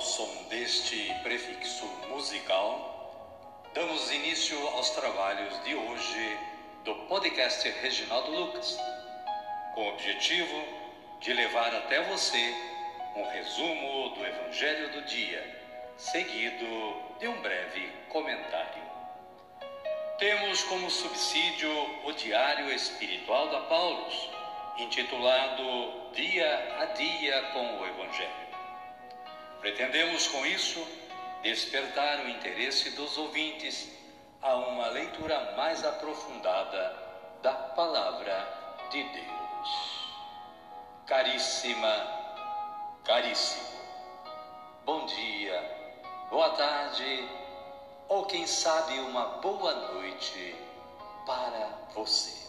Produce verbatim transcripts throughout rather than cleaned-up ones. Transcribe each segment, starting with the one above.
som deste prefixo musical, damos início aos trabalhos de hoje do podcast Reginaldo Lucas, com o objetivo de levar até você um resumo do Evangelho do dia, seguido de um breve comentário. Temos como subsídio o Diário Espiritual da Paulus, intitulado Dia a Dia com o Evangelho. Pretendemos com isso despertar o interesse dos ouvintes a uma leitura mais aprofundada da Palavra de Deus. Caríssima, caríssimo, bom dia, boa tarde ou quem sabe uma boa noite para você.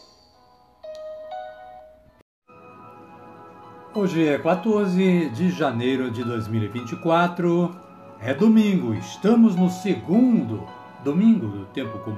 Hoje é quatorze de janeiro de dois mil e vinte e quatro, é domingo, estamos no segundo domingo do tempo comum.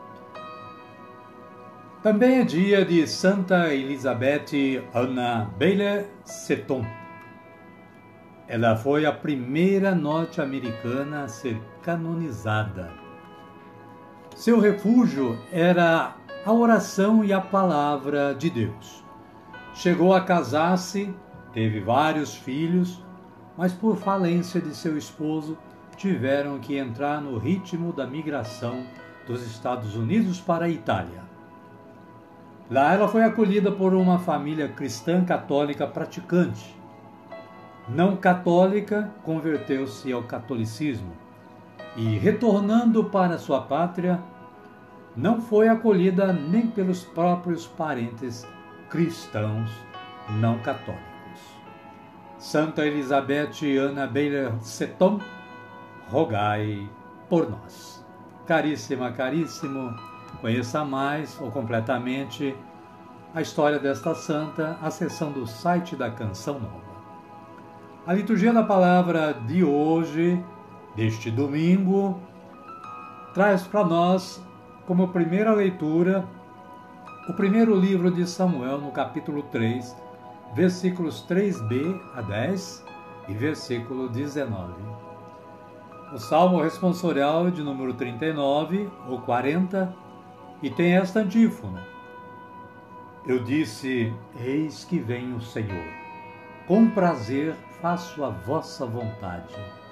Também é dia de Santa Elizabeth Anna Bailey-Seton. Ela foi a primeira norte-americana a ser canonizada. Seu refúgio era a oração e a palavra de Deus. Chegou a casar-se, teve vários filhos, mas por falência de seu esposo, tiveram que entrar no ritmo da migração dos Estados Unidos para a Itália. Lá ela foi acolhida por uma família cristã católica praticante. Não católica, converteu-se ao catolicismo e, retornando para sua pátria, não foi acolhida nem pelos próprios parentes cristãos não católicos. Santa Elizabeth Anna Bailey-Seton, rogai por nós. Caríssima, caríssimo, conheça mais ou completamente a história desta santa acessando o site da Canção Nova. A liturgia da palavra de hoje, deste domingo, traz para nós como primeira leitura o primeiro livro de Samuel, no capítulo três, versículos três b a dez e versículo dezenove. O Salmo responsorial de número trinta e nove, ou quarenta, e tem esta antífona. Eu disse, eis que vem o Senhor, com prazer faço a vossa vontade.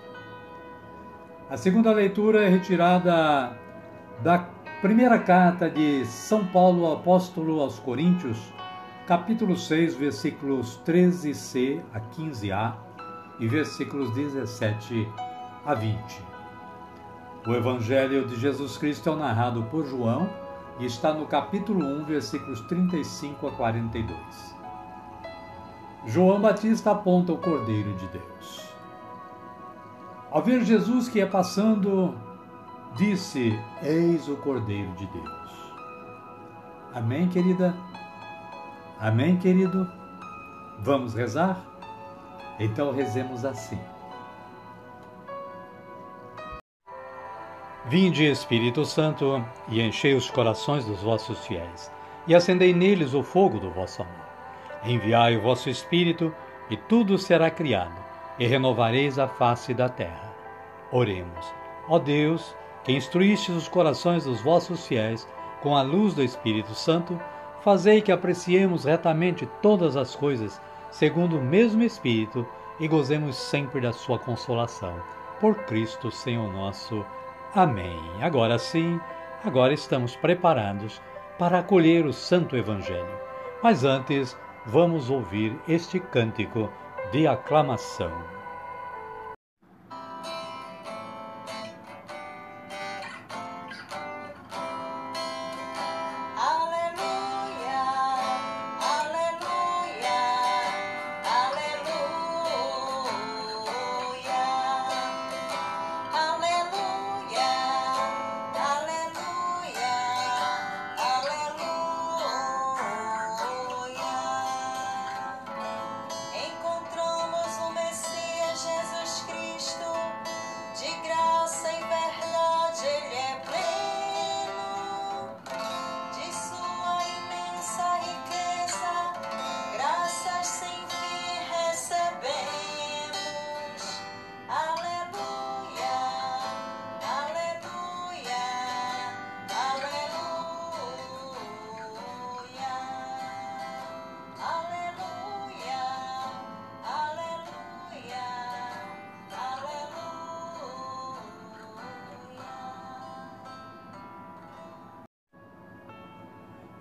A segunda leitura é retirada da primeira carta de São Paulo, apóstolo aos Coríntios, capítulo seis, versículos treze c a quinze a e versículos dezessete a vinte. O Evangelho de Jesus Cristo é narrado por João e está no capítulo um, versículos trinta e cinco a quarenta e dois. João Batista aponta o Cordeiro de Deus. Ao ver Jesus que ia passando, disse, eis o Cordeiro de Deus. Amém, querida? Amém, querido? Vamos rezar? Então rezemos assim. Vinde, Espírito Santo, e enchei os corações dos vossos fiéis, e acendei neles o fogo do vosso amor. Enviai o vosso Espírito, e tudo será criado, e renovareis a face da terra. Oremos. Ó Deus, que instruístes os corações dos vossos fiéis com a luz do Espírito Santo, fazei que apreciemos retamente todas as coisas, segundo o mesmo Espírito, e gozemos sempre da sua consolação. Por Cristo, Senhor nosso. Amém. Agora sim, agora estamos preparados para acolher o Santo Evangelho. Mas antes, vamos ouvir este cântico de aclamação. Encontramos o Messias.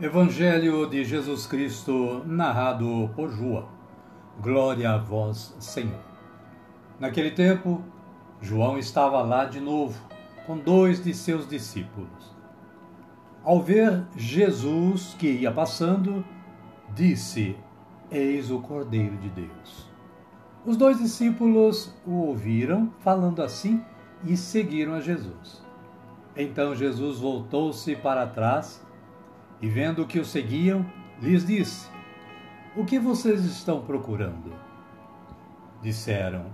Evangelho de Jesus Cristo, narrado por João. Glória a vós, Senhor. Naquele tempo, João estava lá de novo, com dois de seus discípulos. Ao ver Jesus que ia passando, disse: Eis o Cordeiro de Deus. Os dois discípulos o ouviram falando assim e seguiram a Jesus. Então Jesus voltou-se para trás e, vendo que o seguiam, lhes disse: O que vocês estão procurando? Disseram: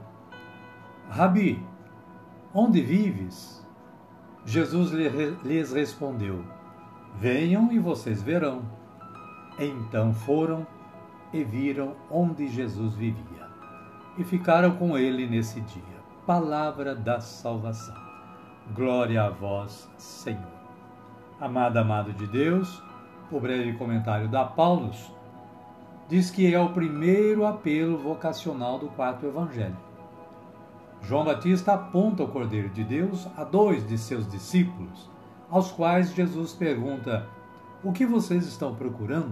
Rabi, onde vives? Jesus lhes respondeu: Venham e vocês verão. Então foram e viram onde Jesus vivia, e ficaram com ele nesse dia. Palavra da salvação. Glória a vós, Senhor. Amado, amado de Deus, o breve comentário da Paulus diz que é o primeiro apelo vocacional do quarto evangelho. João Batista aponta o Cordeiro de Deus a dois de seus discípulos, aos quais Jesus pergunta: O que vocês estão procurando?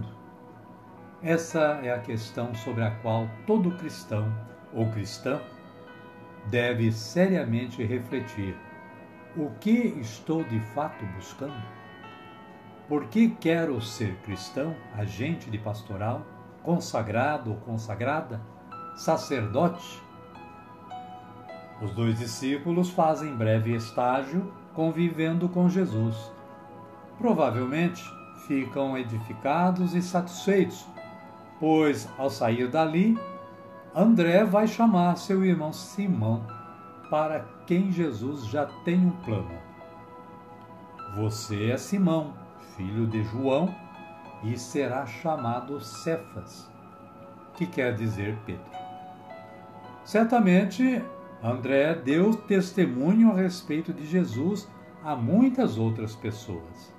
Essa é a questão sobre a qual todo cristão ou cristã deve seriamente refletir. O que estou de fato buscando? Por que quero ser cristão, agente de pastoral, consagrado ou consagrada, sacerdote? Os dois discípulos fazem breve estágio convivendo com Jesus. Provavelmente ficam edificados e satisfeitos, pois, ao sair dali, André vai chamar seu irmão Simão, para quem Jesus já tem um plano. Você é Simão, filho de João, e será chamado Cefas, que quer dizer Pedro. Certamente, André deu testemunho a respeito de Jesus a muitas outras pessoas.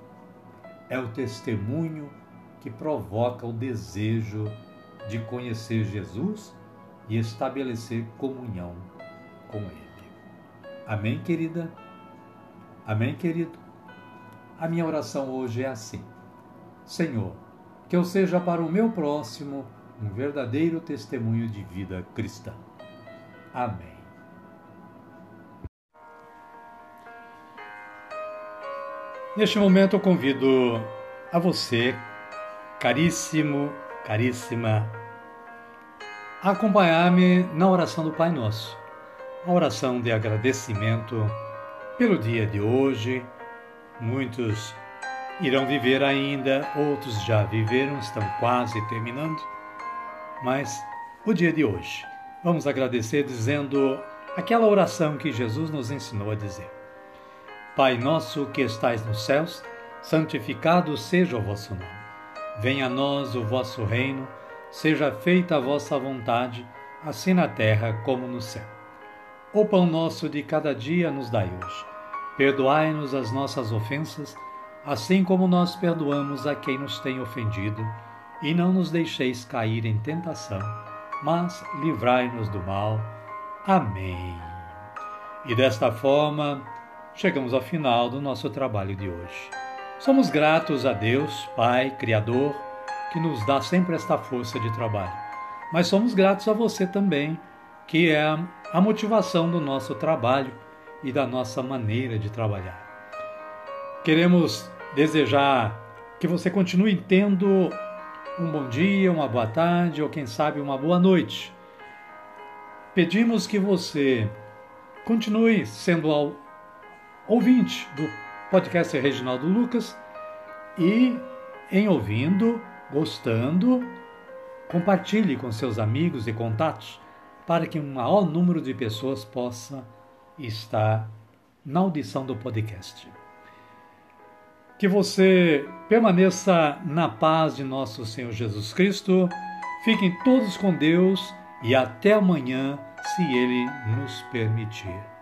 É o testemunho que provoca o desejo de conhecer Jesus e estabelecer comunhão com Ele. Amém, querida? Amém, querido? A minha oração hoje é assim: Senhor, que eu seja para o meu próximo um verdadeiro testemunho de vida cristã. Amém. Neste momento eu convido a você, caríssimo, caríssima, a acompanhar-me na oração do Pai Nosso, a oração de agradecimento pelo dia de hoje. Muitos irão viver ainda, outros já viveram, estão quase terminando, mas o dia de hoje, vamos agradecer dizendo aquela oração que Jesus nos ensinou a dizer: Pai nosso que estais nos céus, santificado seja o vosso nome. Venha a nós o vosso reino, seja feita a vossa vontade, assim na terra como no céu. O pão nosso de cada dia nos dai hoje. Perdoai-nos as nossas ofensas, assim como nós perdoamos a quem nos tem ofendido, e não nos deixeis cair em tentação, mas livrai-nos do mal. Amém. E desta forma, chegamos ao final do nosso trabalho de hoje. Somos gratos a Deus, Pai, Criador, que nos dá sempre esta força de trabalho. Mas somos gratos a você também, que é a motivação do nosso trabalho e da nossa maneira de trabalhar. Queremos desejar que você continue tendo um bom dia, uma boa tarde ou, quem sabe, uma boa noite. Pedimos que você continue sendo ao ouvinte do podcast Reginaldo Lucas e, em ouvindo, gostando, compartilhe com seus amigos e contatos para que um maior número de pessoas possa estar na audição do podcast. Que você permaneça na paz de nosso Senhor Jesus Cristo. Fiquem todos com Deus e até amanhã, se Ele nos permitir.